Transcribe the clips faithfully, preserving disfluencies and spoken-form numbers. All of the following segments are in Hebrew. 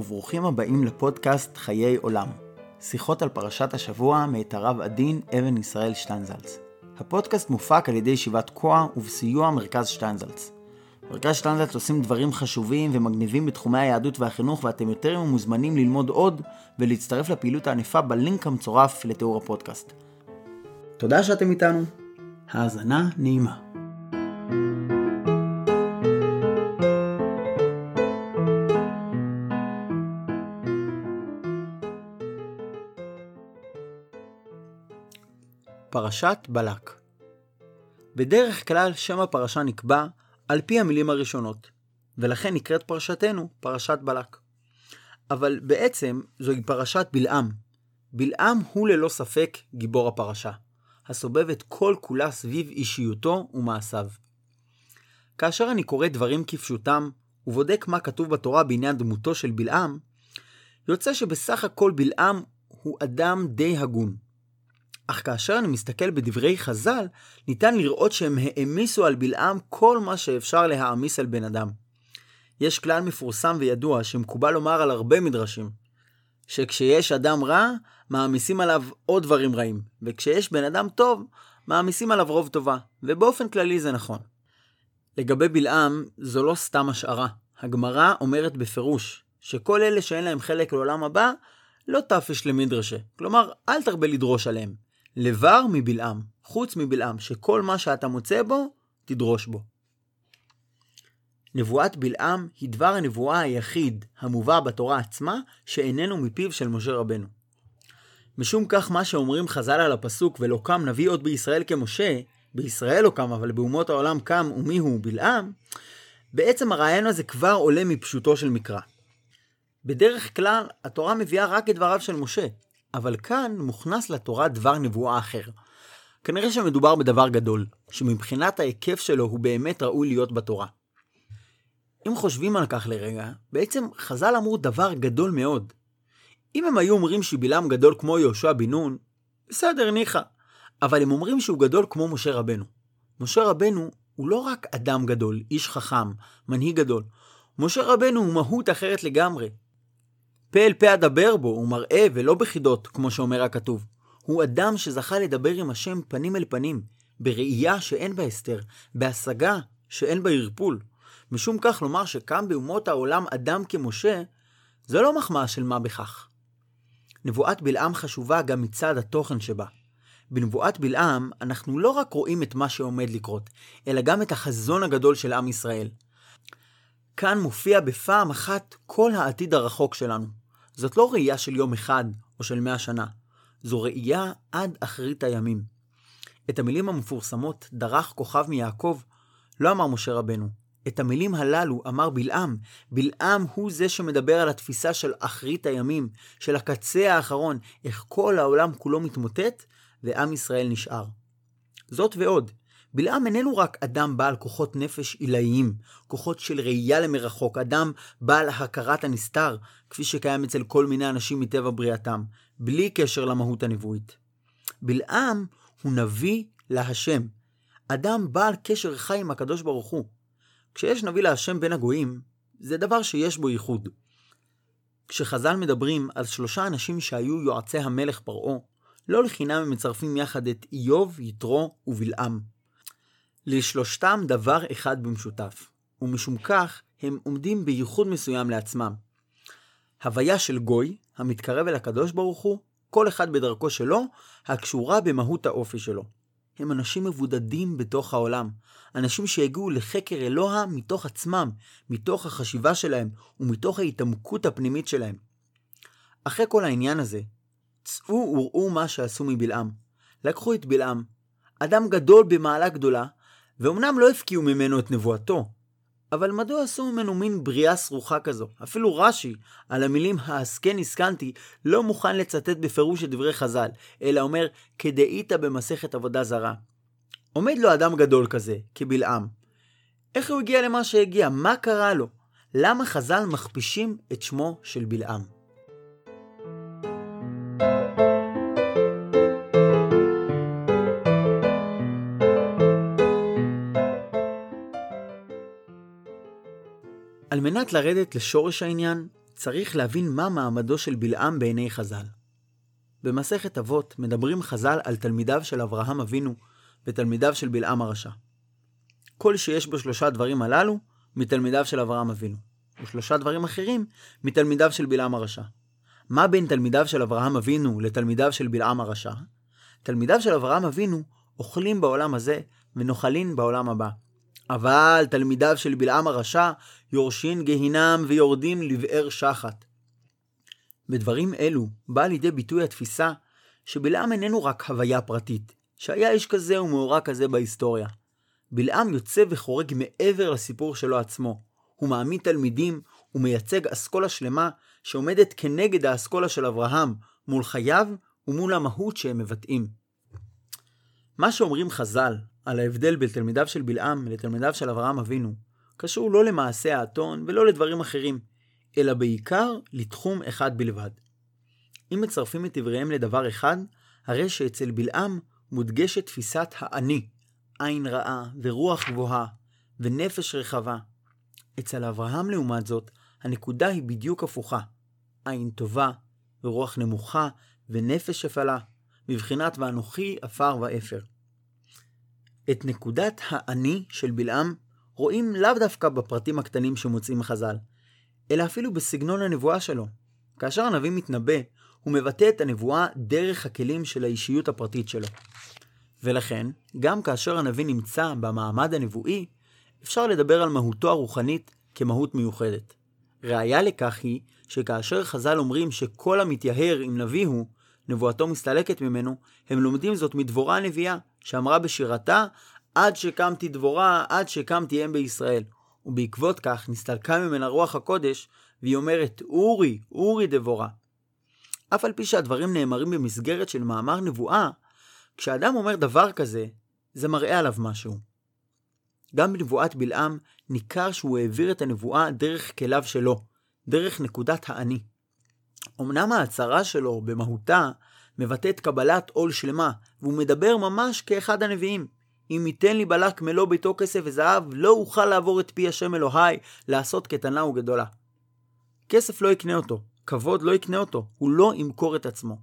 וברוכים הבאים לפודקאסט חיי עולם. שיחות על פרשת השבוע מאת הרב עדין אבן ישראל שטיינזלץ. הפודקאסט מופק על ידי ישיבת כוח ובסיוע מרכז שטיינזלץ. מרכז שטיינזלץ עושים דברים חשובים ומגניבים בתחומי היהדות והחינוך, ואתם יותר מוזמנים ללמוד עוד ולהצטרף לפעילות הענפה בלינק המצורף לתיאור הפודקאסט. תודה שאתם איתנו. האזנה נעימה. פרשת בלק. בדרך כלל שם הפרשה נקבע על פי המילים הראשונות, ולכן נקראת פרשתנו פרשת בלק. אבל בעצם זוהי פרשת בלעם. בלעם הוא ללא ספק גיבור הפרשה, הסובב את כל כולה סביב אישיותו ומעשיו. כאשר אני קורא דברים כפשוטם ובודק מה כתוב בתורה בעניין דמותו של בלעם, יוצא שבסך הכל בלעם הוא אדם די הגון. אך כאשר אני מסתכל בדברי חז"ל, ניתן לראות שהם העמיסו על בלעם כל מה שאפשר להעמיס על בן אדם. יש כלל מפורסם וידוע שמקובל לומר על הרבה מדרשים, שכשיש אדם רע, מעמיסים עליו עוד דברים רעים, וכשיש בן אדם טוב, מעמיסים עליו רוב טובה, ובאופן כללי זה נכון. לגבי בלעם, זו לא סתם השערה. הגמרא אומרת בפירוש, שכל אלה שאין להם חלק לעולם הבא, לא תפש למדרשה. כלומר, אל תרבה לדרוש עליהם. לבר מבלעם, חוץ מבלעם, שכל מה שאתה מוצא בו, תדרוש בו. נבואת בלעם היא דבר הנבואה היחיד המובא בתורה עצמה, שאיננו מפיו של משה רבנו. משום כך מה שאומרים חז"ל על הפסוק, ולא קם נביא עוד בישראל כמשה, בישראל לא קם, אבל באומות העולם קם, ומי הוא בלעם, בעצם הרעיון הזה כבר עולה מפשוטו של מקרא. בדרך כלל, התורה מביאה רק את דבריו של משה, אבל כאן מוכנס לתורה דבר נבואה אחר. כנראה שמדובר בדבר גדול, שמבחינת ההיקף שלו הוא באמת ראוי להיות בתורה. אם חושבים על כך לרגע, בעצם חז"ל אמרו דבר גדול מאוד. אם הם היו אומרים שבלעם גדול כמו יהושע בן נון, בסדר, ניחא. אבל הם אומרים שהוא גדול כמו משה רבנו. משה רבנו הוא לא רק אדם גדול, איש חכם, מנהיג גדול. משה רבנו הוא מהות אחרת לגמרי. פה אל פה אדבר בו, הוא מראה ולא בחידות, כמו שאומר הכתוב. הוא אדם שזכה לדבר עם השם פנים אל פנים, בראייה שאין בה הסתר, בהשגה שאין בה ערפול. משום כך לומר שקם באומות העולם אדם כמשה, זה לא מחמאה של מה בכך. נבואת בלעם חשובה גם מצד התוכן שבה. בנבואת בלעם אנחנו לא רק רואים את מה שעומד לקרות, אלא גם את החזון הגדול של עם ישראל. כאן מופיע בפעם אחת כל העתיד הרחוק שלנו. זאת לא ראייה של יום אחד או של מאה שנה. זו ראייה עד אחרית הימים. את המילים המפורסמות דרך כוכב מיעקב לא אמר משה רבנו. את המילים הללו אמר בלעם. בלעם הוא זה שמדבר על התפיסה של אחרית הימים, של הקצה האחרון, איך כל העולם כולו מתמוטט ועם ישראל נשאר. זאת ועוד. בלעם איננו רק אדם בעל כוחות נפש עילאיים, כוחות של ראייה למרחוק, אדם בעל הכרת הנסתר, כפי שקיים אצל כל מיני אנשים מטבע בריאתם, בלי קשר למהות הנבואית. בלעם הוא נביא להשם, אדם בעל קשר חי עם הקדוש ברוך הוא. כשיש נביא להשם בין הגויים, זה דבר שיש בו ייחוד. כשחז"ל מדברים על שלושה אנשים שהיו יועצי המלך פרעה, לא לחינם הם מצרפים יחד את איוב, יתרו ובלעם. לשלושתם דבר אחד במשותף, ומשום כך הם עומדים בייחוד מסוים לעצמם. הוויה של גוי, המתקרב אל הקדוש ברוך הוא, כל אחד בדרכו שלו, הקשורה במהות האופי שלו. הם אנשים מבודדים בתוך העולם, אנשים שהגיעו לחקר אלוה מתוך עצמם, מתוך החשיבה שלהם, ומתוך ההתעמקות הפנימית שלהם. אחרי כל העניין הזה, צאו וראו מה שעשו מבלעם. לקחו את בלעם, אדם גדול במעלה גדולה, ואומנם לא הפקיעו ממנו את נבואתו, אבל מדוע עשו ממנו מין בריאה סרוחה כזו? אפילו רש"י, על המילים העסקן הסכנתי, לא מוכן לצטט בפירוש את דברי חז"ל, אלא אומר, כדאית במסכת עבודה זרה. עומד לו אדם גדול כזה, כבלעם. איך הוא הגיע למה שהגיע? מה קרה לו? למה חז"ל מכפישים את שמו של בלעם? על מנת לרדת לשורש העניין, צריך להבין מה מעמדו של בלעם בעיני חז"ל. במסכת אבות מדברים חז"ל על תלמידיו של אברהם אבינו ותלמידיו של בלעם הרשע. כל שיש בו שלושה דברים הללו מתלמידיו של אברהם אבינו, ושלושה דברים אחרים מתלמידיו של בלעם הרשע. מה בין תלמידיו של אברהם אבינו לתלמידיו של בלעם הרשע? תלמידיו של אברהם אבינו אוכלים בעולם הזה ונוחלים בעולם הבא. אבל תלמידיו של בלעם הרשע יורשין גהינם ויורדים לבאר שחת. בדברים אלו באה לידי ביטוי התפיסה שבלעם איננו רק הוויה פרטית, שהיה איש כזה ומאורע כזה בהיסטוריה. בלעם יוצא וחורג מעבר לסיפור שלו עצמו. הוא מעמיד תלמידים ומייצג אסכולה שלמה שעומדת כנגד האסכולה של אברהם מול חייו ומול המהות שהם מבטאים. מה שאומרים חז"ל על ההבדל בין תלמידיו של בלעם לתלמידיו של אברהם אבינו קשור לא למעשה האתון ולא לדברים אחרים, אלא בעיקר לתחום אחד בלבד. אם מצרפים את דבריהם לדבר אחד, הרי שאצל בלעם מודגשת תפיסת האני, עין רעה ורוח גבוהה ונפש רחבה. אצל אברהם לעומת זאת, הנקודה היא בדיוק הפוכה, עין טובה ורוח נמוכה ונפש שפלה, בבחינת ואנוכי אפר ואפר. את נקודת האני של בלעם רואים לאו דווקא בפרטים הקטנים שמוצאים חז"ל, אלא אפילו בסגנון הנבואה שלו. כאשר הנביא מתנבא, הוא מבטא את הנבואה דרך הכלים של האישיות הפרטית שלו. ולכן, גם כאשר הנביא נמצא במעמד הנבואי, אפשר לדבר על מהותו הרוחנית כמהות מיוחדת. ראיה לכך היא שכאשר חז"ל אומרים שכל המתייהר עם נביא הוא, נבואתו מסתלקת ממנו, הם לומדים זאת מדבורה הנביאה, שאמרה בשירתה, עד שקמתי דבורה, עד שקמתי אם בישראל. ובעקבות כך נסתלקה ממנה רוח הקודש, והיא אומרת, אורי, אורי דבורה. אף על פי שהדברים נאמרים במסגרת של מאמר נבואה, כשאדם אומר דבר כזה, זה מראה עליו משהו. גם בנבואת בלעם ניכר שהוא העביר את הנבואה דרך כליו שלו, דרך נקודת האני. אמנם ההצהרה שלו במהותה מבטאת קבלת עול שלמה, והוא מדבר ממש כאחד הנביאים. אם ייתן לי בלק מלוא ביתו כסף וזהב, לא אוכל לעבור את פי השם אלוהי, לעשות קטנה וגדולה. כסף לא יקנה אותו, כבוד לא יקנה אותו, הוא לא ימכור את עצמו.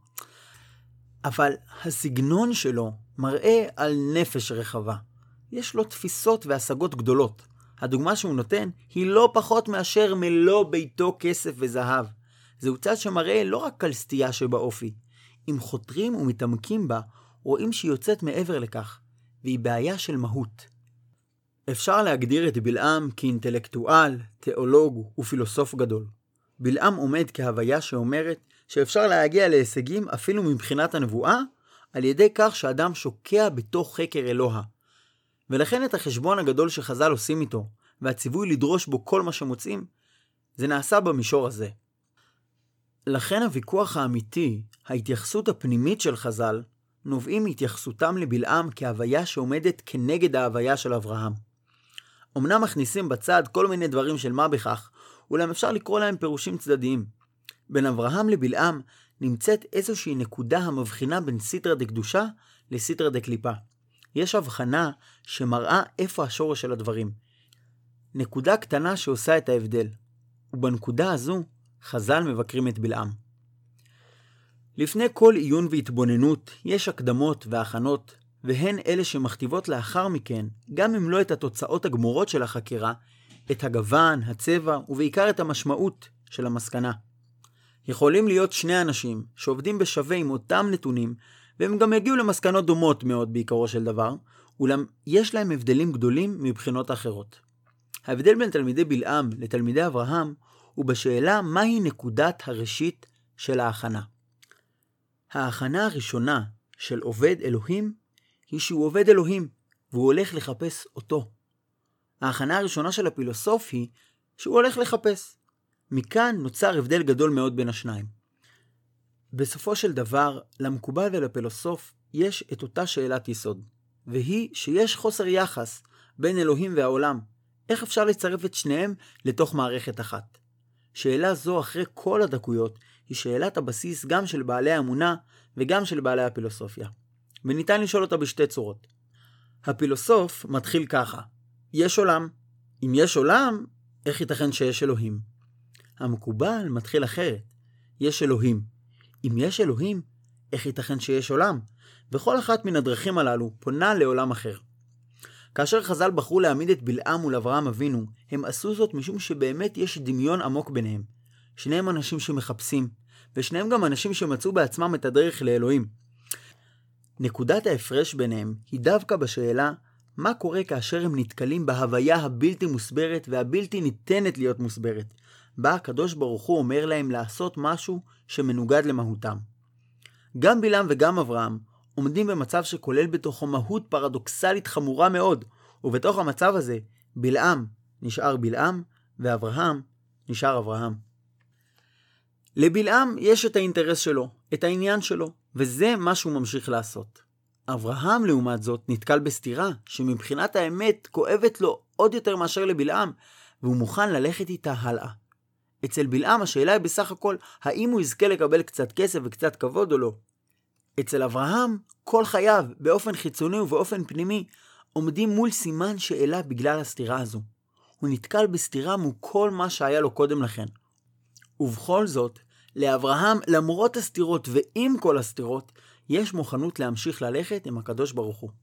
אבל הסגנון שלו מראה על נפש רחבה. יש לו תפיסות והשגות גדולות. הדוגמה שהוא נותן היא לא פחות מאשר מלוא ביתו כסף וזהב. זהו צד שמראה לא רק על סטייה שבאופי. אם חותרים ומתעמקים בה, רואים שהיא יוצאת מעבר לכך, והיא בעיה של מהות. אפשר להגדיר את בלעם כאינטלקטואל, תיאולוג ופילוסוף גדול. בלעם עומד כהוויה שאומרת שאפשר להגיע להישגים אפילו מבחינת הנבואה, על ידי כך שאדם שוקע בתוך חקר אלוה. ולכן את החשבון הגדול שחז"ל עושים איתו, והציווי לדרוש בו כל מה שמוצאים, זה נעשה במישור הזה. לכן הוויכוח האמיתי, ההתייחסות הפנימית של חז"ל, נובעים מהתייחסותם לבלעם כהוויה שעומדת כנגד ההוויה של אברהם. אמנם מכניסים בצד כל מיני דברים של מה בכך, אולם אפשר לקרוא להם פירושים צדדיים. בין אברהם לבלעם נמצאת איזושהי נקודה המבחינה בין סיטרא דקדושה לסיטרא דקליפה. יש הבחנה שמראה איפה השורש של הדברים. נקודה קטנה שעושה את ההבדל. ובנקודה הזו חז"ל מבקרים את בלעם. לפני כל עיון והתבוננות יש הקדמות והכנות, והן אלה שמכתיבות לאחר מכן, גם אם לא את התוצאות הגמורות של החקירה, את הגוון, הצבע ובעיקר את המשמעות של המסקנה. יכולים להיות שני אנשים שעובדים בשווה עם אותם נתונים, והם גם יגיעו למסקנות דומות מאוד בעיקרו של דבר, אולם יש להם הבדלים גדולים מבחינות אחרות. ההבדל בין תלמידי בלעם לתלמידי אברהם הוא בשאלה מהי נקודת הראשית של ההכנה. ההכנה הראשונה של עובד אלוהים היא שהוא עובד אלוהים והוא הולך לחפש אותו. ההכנה הראשונה של הפילוסוף היא שהוא הולך לחפש. מכאן נוצר הבדל גדול מאוד בין השניים. בסופו של דבר, למקובל ולפילוסוף יש את אותה שאלת יסוד, והיא שיש חוסר יחס בין אלוהים והעולם. איך אפשר לצרף את שניהם לתוך מערכת אחת? שאלה זו אחרי כל הדקויות היא שאלת הבסיס גם של בעלי האמונה וגם של בעלי הפילוסופיה. וניתן לשאול אותה בשתי צורות. הפילוסוף מתחיל ככה: יש עולם. אם יש עולם, איך ייתכן שיש אלוהים? המקובל מתחיל אחרת. יש אלוהים. אם יש אלוהים, איך ייתכן שיש עולם? וכל אחת מן הדרכים הללו פונה לעולם אחר. כאשר חז"ל בחרו להעמיד את בלעם מול אברהם אבינו, הם עשו זאת משום שבאמת יש דמיון עמוק ביניהם. שניהם אנשים שמחפשים, ושניהם גם אנשים שמצאו בעצמם את הדרך לאלוהים. נקודת ההפרש ביניהם היא דווקא בשאלה מה קורה כאשר הם נתקלים בהוויה הבלתי מוסברת והבלתי ניתנת להיות מוסברת, בה הקדוש ברוך הוא אומר להם לעשות משהו שמנוגד למהותם. גם בלעם וגם אברהם עומדים במצב שכולל בתוכו מהות פרדוקסלית חמורה מאוד, ובתוך המצב הזה בלעם נשאר בלעם ואברהם נשאר אברהם. לבלעם יש את האינטרס שלו, את העניין שלו, וזה מה שהוא ממשיך לעשות. אברהם לעומת זאת נתקל בסתירה שמבחינת האמת כואבת לו עוד יותר מאשר לבלעם, והוא מוכן ללכת איתה הלאה. אצל בלעם השאלה היא בסך הכל האם הוא יזכה לקבל קצת כסף וקצת כבוד או לא. אצל אברהם כל חייו באופן חיצוני ובאופן פנימי עומדים מול סימן שאלה בגלל הסתירה הזו. הוא נתקל בסתירה מול כל מה שהיה לו קודם לכן. ובכל זאת, לאברהם למרות הסתירות ועם כל הסתירות, יש מוכנות להמשיך ללכת עם הקדוש ברוך הוא.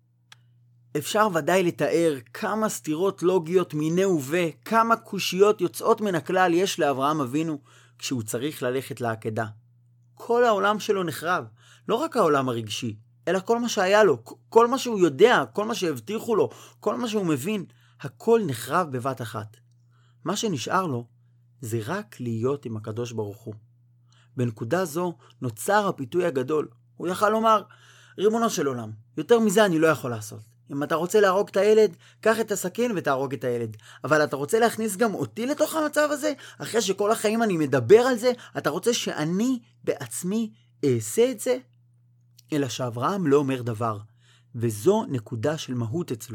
אפשר ודאי לתאר כמה סתירות לוגיות מיני ובה, כמה קושיות יוצאות מן הכלל יש לאברהם אבינו כשהוא צריך ללכת לעקדה. כל העולם שלו נחרב, לא רק העולם הרגשי, אלא כל מה שהיה לו, כל מה שהוא יודע, כל מה שהבטיחו לו, כל מה שהוא מבין, הכל נחרב בבת אחת. מה שנשאר לו זה רק להיות עם הקדוש ברוך הוא. בנקודה זו נוצר הפיתוי הגדול. הוא יכל לומר, ריבונו של עולם, יותר מזה אני לא יכול לעשות. אם אתה רוצה להרוג את הילד, קח את הסכין ותהרוג את הילד. אבל אתה רוצה להכניס גם אותי לתוך המצב הזה? אחרי שכל החיים אני מדבר על זה, אתה רוצה שאני בעצמי אעשה את זה? אלא שאברהם לא אומר דבר, וזו נקודה של מהות אצלו.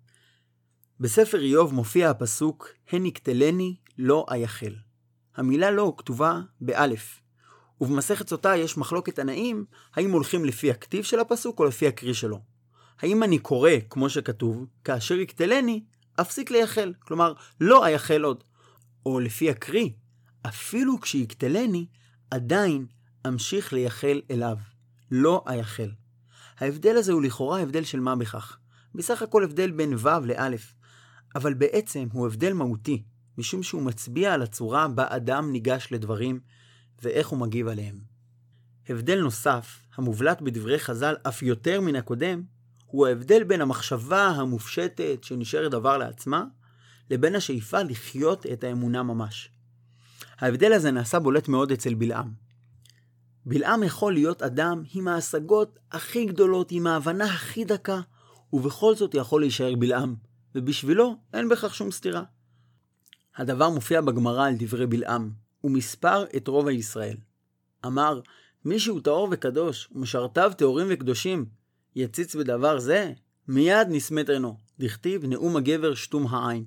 בספר איוב מופיע הפסוק, הן יקטלני לא אייחל. המילה לא כתובה באלף. ובמסכת סוטה יש מחלוקת תנאים, האם הולכים לפי הכתיב של הפסוק או לפי הקריא שלו. האם אני קורא כמו שכתוב, כאשר יקטלני, אפסיק לייחל, כלומר לא אייחל עוד. או לפי הקריא, אפילו כשיקטלני, עדיין אמשיך לייחל אליו, לא אייחל. ההבדל הזה הוא לכאורה הבדל של מה בכך. בסך הכל הבדל בין ו' לאלף, אבל בעצם הוא הבדל מהותי, משום שהוא מצביע על הצורה בה אדם ניגש לדברים ואיך הוא מגיב עליהם. הבדל נוסף, המובלט בדברי חז"ל אף יותר מן הקודם, הוא ההבדל בין המחשבה המופשטת שנשארת דבר לעצמה, לבין השאיפה לחיות את האמונה ממש. ההבדל הזה נעשה בולט מאוד אצל בלעם. בלעם יכול להיות אדם עם ההשגות הכי גדולות, עם ההבנה הכי דקה, ובכל זאת יכול להישאר בלעם, ובשבילו אין בכך שום סתירה. הדבר מופיע בגמרא על דברי בלעם, ומספר את רוב הישראל. אמר, מי שהוא טהור וקדוש, ומשרתיו טהורים וקדושים, יציץ בדבר זה, מיד נסמת עינו, דכתיב נאום הגבר שתום העין.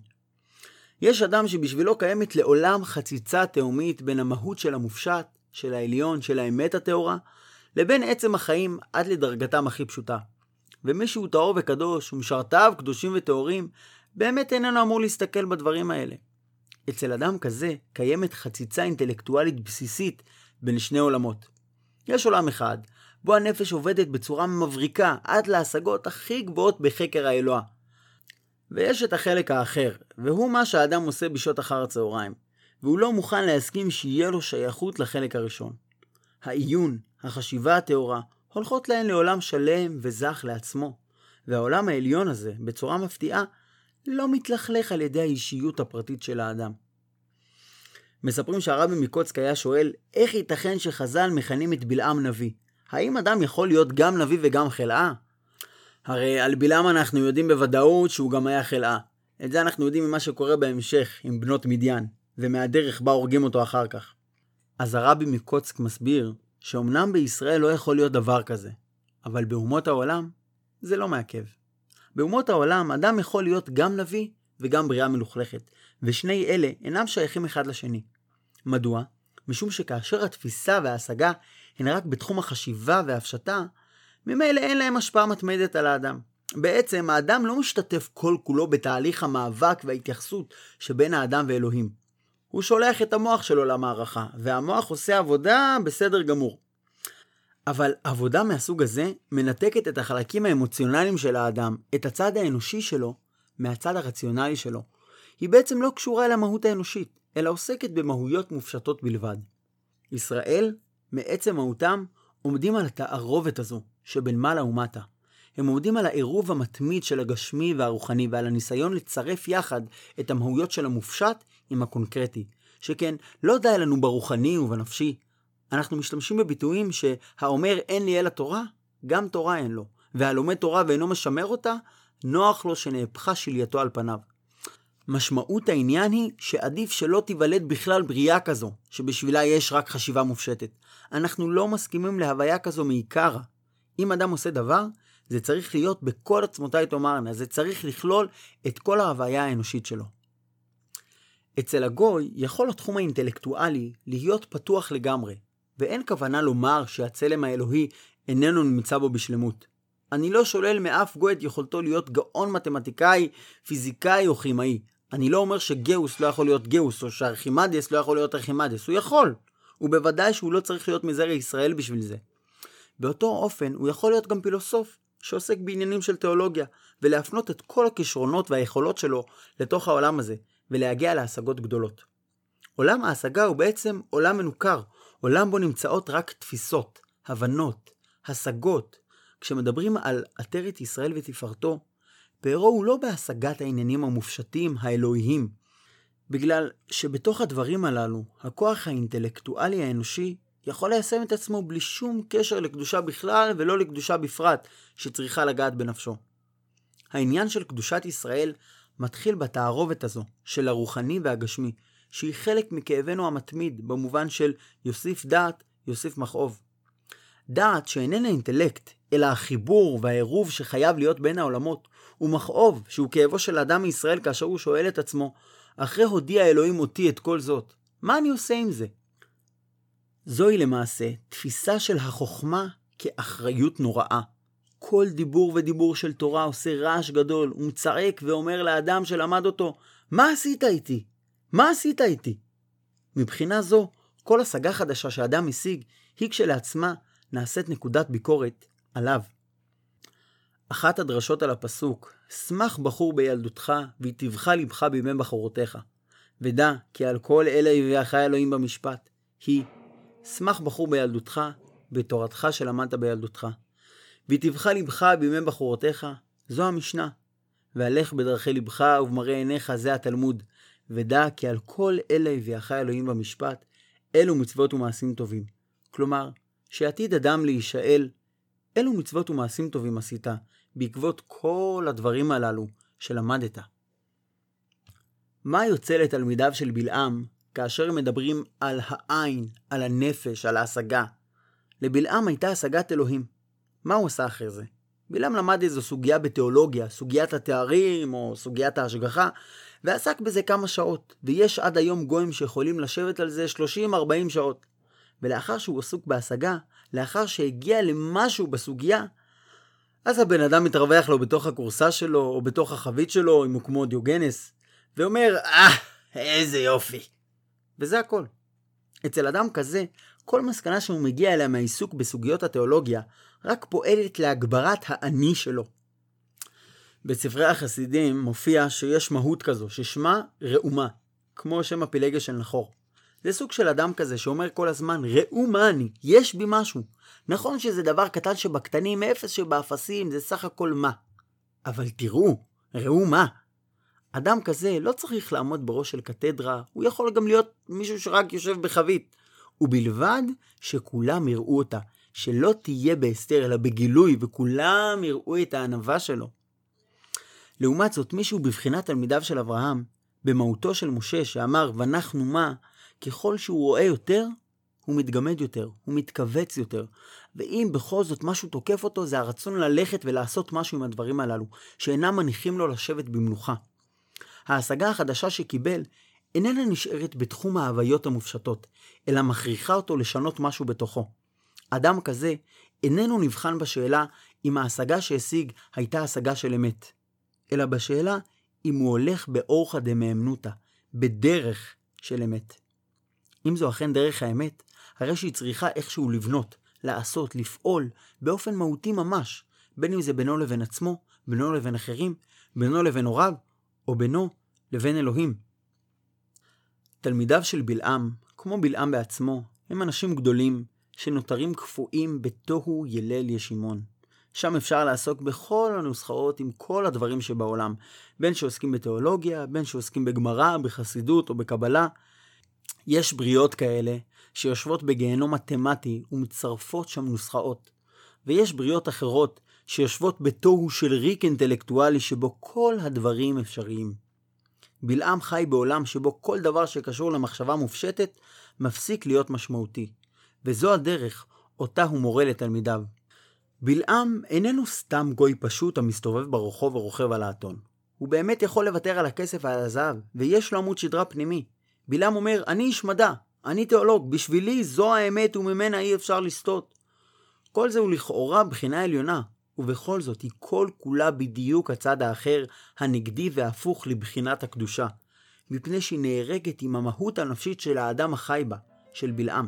יש אדם שבשבילו קיימת לעולם חציצה תאומית בין המהות של המופשט, של העליון, של האמת הטהורה, לבין עצם החיים עד לדרגתם הכי פשוטה. ומי שהוא טהור וקדוש, ומשרתיו קדושים וטהורים, באמת איננו אמור להסתכל בדברים האלה. אצל אדם כזה קיימת חציצה אינטלקטואלית בסיסית בין שני עולמות. יש עולם אחד, בו הנפש עובדת בצורה מבריקה עד להשגות הכי גבוהות בחקר האלוה. ויש את החלק האחר, והוא מה שהאדם עושה בשעות אחר הצהריים, והוא לא מוכן להסכים שיהיה לו שייכות לחלק הראשון. העיון, החשיבה הטהורה, הולכות להן לעולם שלם וזך לעצמו, והעולם העליון הזה, בצורה מפתיעה, לא מתלכלך על ידי האישיות הפרטית של האדם. מספרים שהרבי מקוצק היה שואל, איך ייתכן שחז"ל מכנים את בלעם נביא? האם אדם יכול להיות גם נביא וגם חלאה? הרי על בלעם אנחנו יודעים בוודאות שהוא גם היה חלאה. את זה אנחנו יודעים ממה שקורה בהמשך עם בנות מדיין, ומהדרך בה הורגים אותו אחר כך. אז הרבי מקוצק מסביר שאומנם בישראל לא יכול להיות דבר כזה, אבל באומות העולם זה לא מעכב. באומות העולם אדם יכול להיות גם נביא וגם בריאה מלוכלכת, ושני אלה אינם שייכים אחד לשני. מדוע? משום שכאשר התפיסה וההשגה הן רק בתחום החשיבה וההפשטה, ממילא אין להם השפעה מתמדת על האדם. בעצם האדם לא משתתף כל כולו בתהליך המאבק וההתייחסות שבין האדם ואלוהים. הוא שולח את המוח שלו למערכה, והמוח עושה עבודה בסדר גמור. אבל עבודה מהסוג הזה מנתקת את החלקים האמוציונליים של האדם, את הצד האנושי שלו, מהצד הרציונלי שלו. היא בעצם לא קשורה אל המהות האנושית, אלא עוסקת במהויות מופשטות בלבד. ישראל, מעצם מהותם, עומדים על התערובת הזו, שבין מעלה ומטה. הם עומדים על העירוב המתמיד של הגשמי והרוחני, ועל הניסיון לצרף יחד את המהויות של המופשט עם הקונקרטי. שכן, לא די לנו ברוחני ובנפשי. אנחנו משתמשים בביטויים שהאומר אין לי אלא תורה, גם תורה אין לו. והלומד תורה ואינו משמר אותה, נוח לו שנהפכה שלייתו על פניו. משמעות העניין היא שעדיף שלא תיוולד בכלל בריאה כזו, שבשבילה יש רק חשיבה מופשטת. אנחנו לא מסכימים להוויה כזו מעיקרה. אם אדם עושה דבר, זה צריך להיות בכל עצמותיי תאמרנה, זה צריך לכלול את כל ההוויה האנושית שלו. אצל הגוי יכול התחום האינטלקטואלי להיות פתוח לגמרי, ואין כוונה לומר שהצלם האלוהי איננו נמצא בו בשלמות. אני לא שולל מאף גוי את יכולתו להיות גאון מתמטיקאי, פיזיקאי או כימאי. אני לא אומר שגאוס לא יכול להיות גאוס, או שארכימדס לא יכול להיות ארכימדס. הוא יכול. ובוודאי שהוא לא צריך להיות מזרע ישראל בשביל זה. באותו אופן הוא יכול להיות גם פילוסוף, שעוסק בעניינים של תיאולוגיה, ולהפנות את כל הכישרונות והיכולות שלו לתוך העולם הזה, ולהגיע להשגות גדולות. עולם ההשגה הוא בעצם עולם מנוכר, עולם בו נמצאות רק תפיסות, הבנות, השגות. כשמדברים על עטרת ישראל ותפארתו, פערו הוא לא בהשגת העניינים המופשטים, האלוהיים, בגלל שבתוך הדברים הללו, הכוח האינטלקטואלי האנושי יכול ליישם את עצמו בלי שום קשר לקדושה בכלל ולא לקדושה בפרט שצריכה לגעת בנפשו. העניין של קדושת ישראל מתחיל בתערובת הזו של הרוחני והגשמי, שהיא חלק מכאבנו המתמיד במובן של יוסיף דעת, יוסיף מכאוב. דעת שאיננה אינטלקט, אלא החיבור והעירוב שחייב להיות בין העולמות, ומכאוב שהוא כאבו של אדם מישראל כאשר הוא שואל את עצמו, אחרי הודיע אלוהים אותי את כל זאת, מה אני עושה עם זה? זוהי למעשה תפיסה של החוכמה כאחריות נוראה. כל דיבור ודיבור של תורה עושה רעש גדול, הוא מצעק ואומר לאדם שלמד אותו, מה עשית איתי? מה עשית איתי? מבחינה זו, כל השגה חדשה שאדם משיג, היא כשלעצמה נעשית נקודת ביקורת עליו. אחת הדרשות על הפסוק, שמח בחור בילדותך ויטבך לבך בימי בחורותיך, ודע כי על כל אלה יביאך אלוהים במשפט, היא שמח בחור בילדותך בתורתך שלמדת בילדותך, ויטבך לבך בימי בחורותיך, זו המשנה, והלך בדרכי לבך ובמראה עיניך, זה התלמוד, ודע כי על כל אלה יביאך אלוהים במשפט, אלו מצוות ומעשים טובים. כלומר, שעתיד אדם להישאל, אלו מצוות ומעשים טובים עשית, בעקבות כל הדברים הללו שלמדת. מה יוצא לתלמידיו של בלעם, כאשר מדברים על העין, על הנפש, על ההשגה? לבלעם הייתה השגת אלוהים. מה הוא עשה אחרי זה? בלעם למד איזו סוגיה בתיאולוגיה, סוגיית התארים או סוגיית ההשגחה, ועסק בזה כמה שעות, ויש עד היום גויים שיכולים לשבת על זה שלושים ארבעים שעות. ולאחר שהוא עסוק בהשגה, לאחר שהגיע למשהו בסוגיה, אז הבן אדם מתרווח לו בתוך הקורסה שלו, או בתוך החבית שלו, אם הוא כמו דיוגנס, ואומר, אה, איזה יופי. וזה הכל. אצל אדם כזה, כל מסקנה שהוא מגיע אליה מהעיסוק בסוגיות התיאולוגיה, רק פועלת להגברת האני שלו. בספרי החסידים מופיע שיש מהות כזו, ששמה ראומה, כמו שם הפילגש של נחור. זה סוג של אדם כזה שאומר כל הזמן, ראו מה אני, יש בי משהו. נכון שזה דבר קטן שבקטנים, מאפס שבאפסים, זה סך הכל מה. אבל תראו, ראו מה. אדם כזה לא צריך לעמוד בראש של קתדרה, הוא יכול גם להיות מישהו שרק יושב בחבית. ובלבד שכולם יראו אותה, שלא תהיה בהסתר אלא בגילוי, וכולם יראו את הענווה שלו. לעומת זאת, מישהו בבחינת תלמידיו של אברהם, במהותו של משה שאמר, ואנחנו מה, ככל שהוא רואה יותר, הוא מתגמד יותר, הוא מתכווץ יותר. ואם בכל זאת משהו תוקף אותו, זה הרצון ללכת ולעשות משהו עם הדברים הללו, שאינם מניחים לו לשבת במנוחה. ההשגה החדשה שקיבל, איננה נשארת בתחום ההוויות המופשטות, אלא מכריחה אותו לשנות משהו בתוכו. אדם כזה איננו נבחן בשאלה אם ההשגה שהשיג הייתה השגה של אמת, אלא בשאלה אם הוא הולך באורחא דמאמנותא, בדרך של אמת. אם זו אכן דרך האמת, הרי שהיא צריכה איכשהו לבנות, לעשות, לפעול, באופן מהותי ממש, בין אם זה בינו לבין עצמו, בינו לבין אחרים, בינו לבין הוריו, או בינו לבין אלוהים. תלמידיו של בלעם, כמו בלעם בעצמו, הם אנשים גדולים שנותרים קפואים בתוהו ילל ישימון. שם אפשר לעסוק בכל הנוסחאות עם כל הדברים שבעולם, בין שעוסקים בתיאולוגיה, בין שעוסקים בגמרא, בחסידות או בקבלה. יש בריאות כאלה שיושבות בגיהנום מתמטי ומצרפות שם נוסחאות, ויש בריאות אחרות שיושבות בתוהו של ריק אינטלקטואלי שבו כל הדברים אפשריים. בלעם חי בעולם שבו כל דבר שקשור למחשבה מופשטת מפסיק להיות משמעותי, וזו הדרך אותה הוא מורה לתלמידיו. בלעם איננו סתם גוי פשוט המסתובב ברחוב ורוכב על האתון. הוא באמת יכול לוותר על הכסף ועל הזהב, ויש לו עמוד שדרה פנימי. בלעם אומר, אני איש מדע, אני תיאולוג, בשבילי זו האמת וממנה אי אפשר לסטות. כל זה הוא לכאורה בחינה עליונה, ובכל זאת היא כל כולה בדיוק הצד האחר, הנגדי והפוך לבחינת הקדושה, מפני שהיא נהרגת עם המהות הנפשית של האדם החי בה, של בלעם.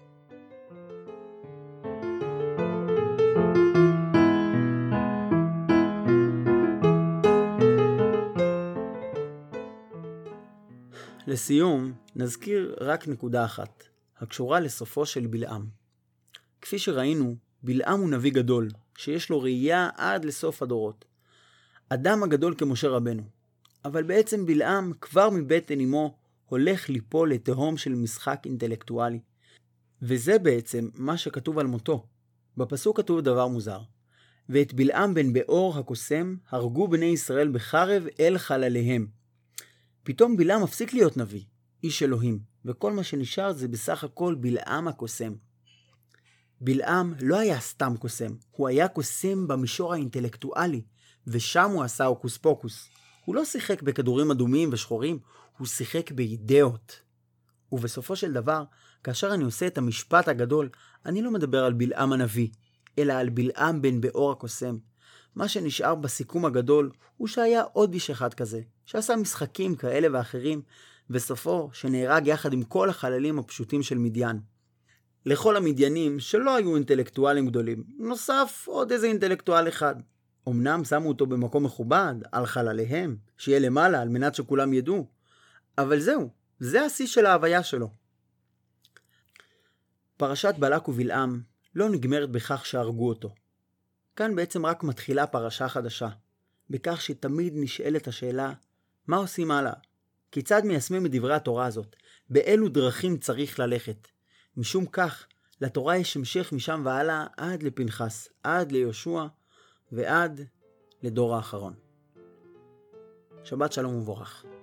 לסיום, נזכיר רק נקודה אחת, הקשורה לסופו של בלעם. כפי שראינו, בלעם הוא נביא גדול, שיש לו ראייה עד לסוף הדורות. אדם הגדול כמשה רבנו. אבל בעצם בלעם כבר מבטן אמו הולך ליפול לתהום של משחק אינטלקטואלי. וזה בעצם מה שכתוב על מותו. בפסוק כתוב דבר מוזר. ואת בלעם בן באור הקוסם הרגו בני ישראל בחרב אל חלליהם. פתאום בלעם מפסיק להיות נביא, איש אלוהים, וכל מה שנשאר זה בסך הכל בלעם הקוסם. בלעם לא היה סתם קוסם, הוא היה קוסם במישור האינטלקטואלי, ושם הוא עשה הוקוס פוקוס. הוא לא שיחק בכדורים אדומים ושחורים, הוא שיחק באידאות. ובסופו של דבר, כאשר אני עושה את המשפט הגדול, אני לא מדבר על בלעם הנביא, אלא על בלעם בן באור הקוסם. מה שנשאר בסיכום הגדול הוא שהיה עוד איש אחד כזה, שעשה משחקים כאלה ואחרים, וסופו שנהרג יחד עם כל החללים הפשוטים של מדיין. לכל המדיינים שלא היו אינטלקטואלים גדולים, נוסף עוד איזה אינטלקטואל אחד. אמנם שמו אותו במקום מכובד, על חלליהם, שיהיה למעלה על מנת שכולם ידעו, אבל זהו, זה השיא של ההוויה שלו. פרשת בלק ובלעם לא נגמרת בכך שהרגו אותו. כאן בעצם רק מתחילה פרשה חדשה, בכך שתמיד נשאלת השאלה, מה עושים הלאה? כיצד מיישמים את דברי התורה הזאת? באילו דרכים צריך ללכת? משום כך, לתורה יש המשך משם והלאה עד לפנחס, עד ליהושע ועד לדור האחרון. שבת שלום וברך.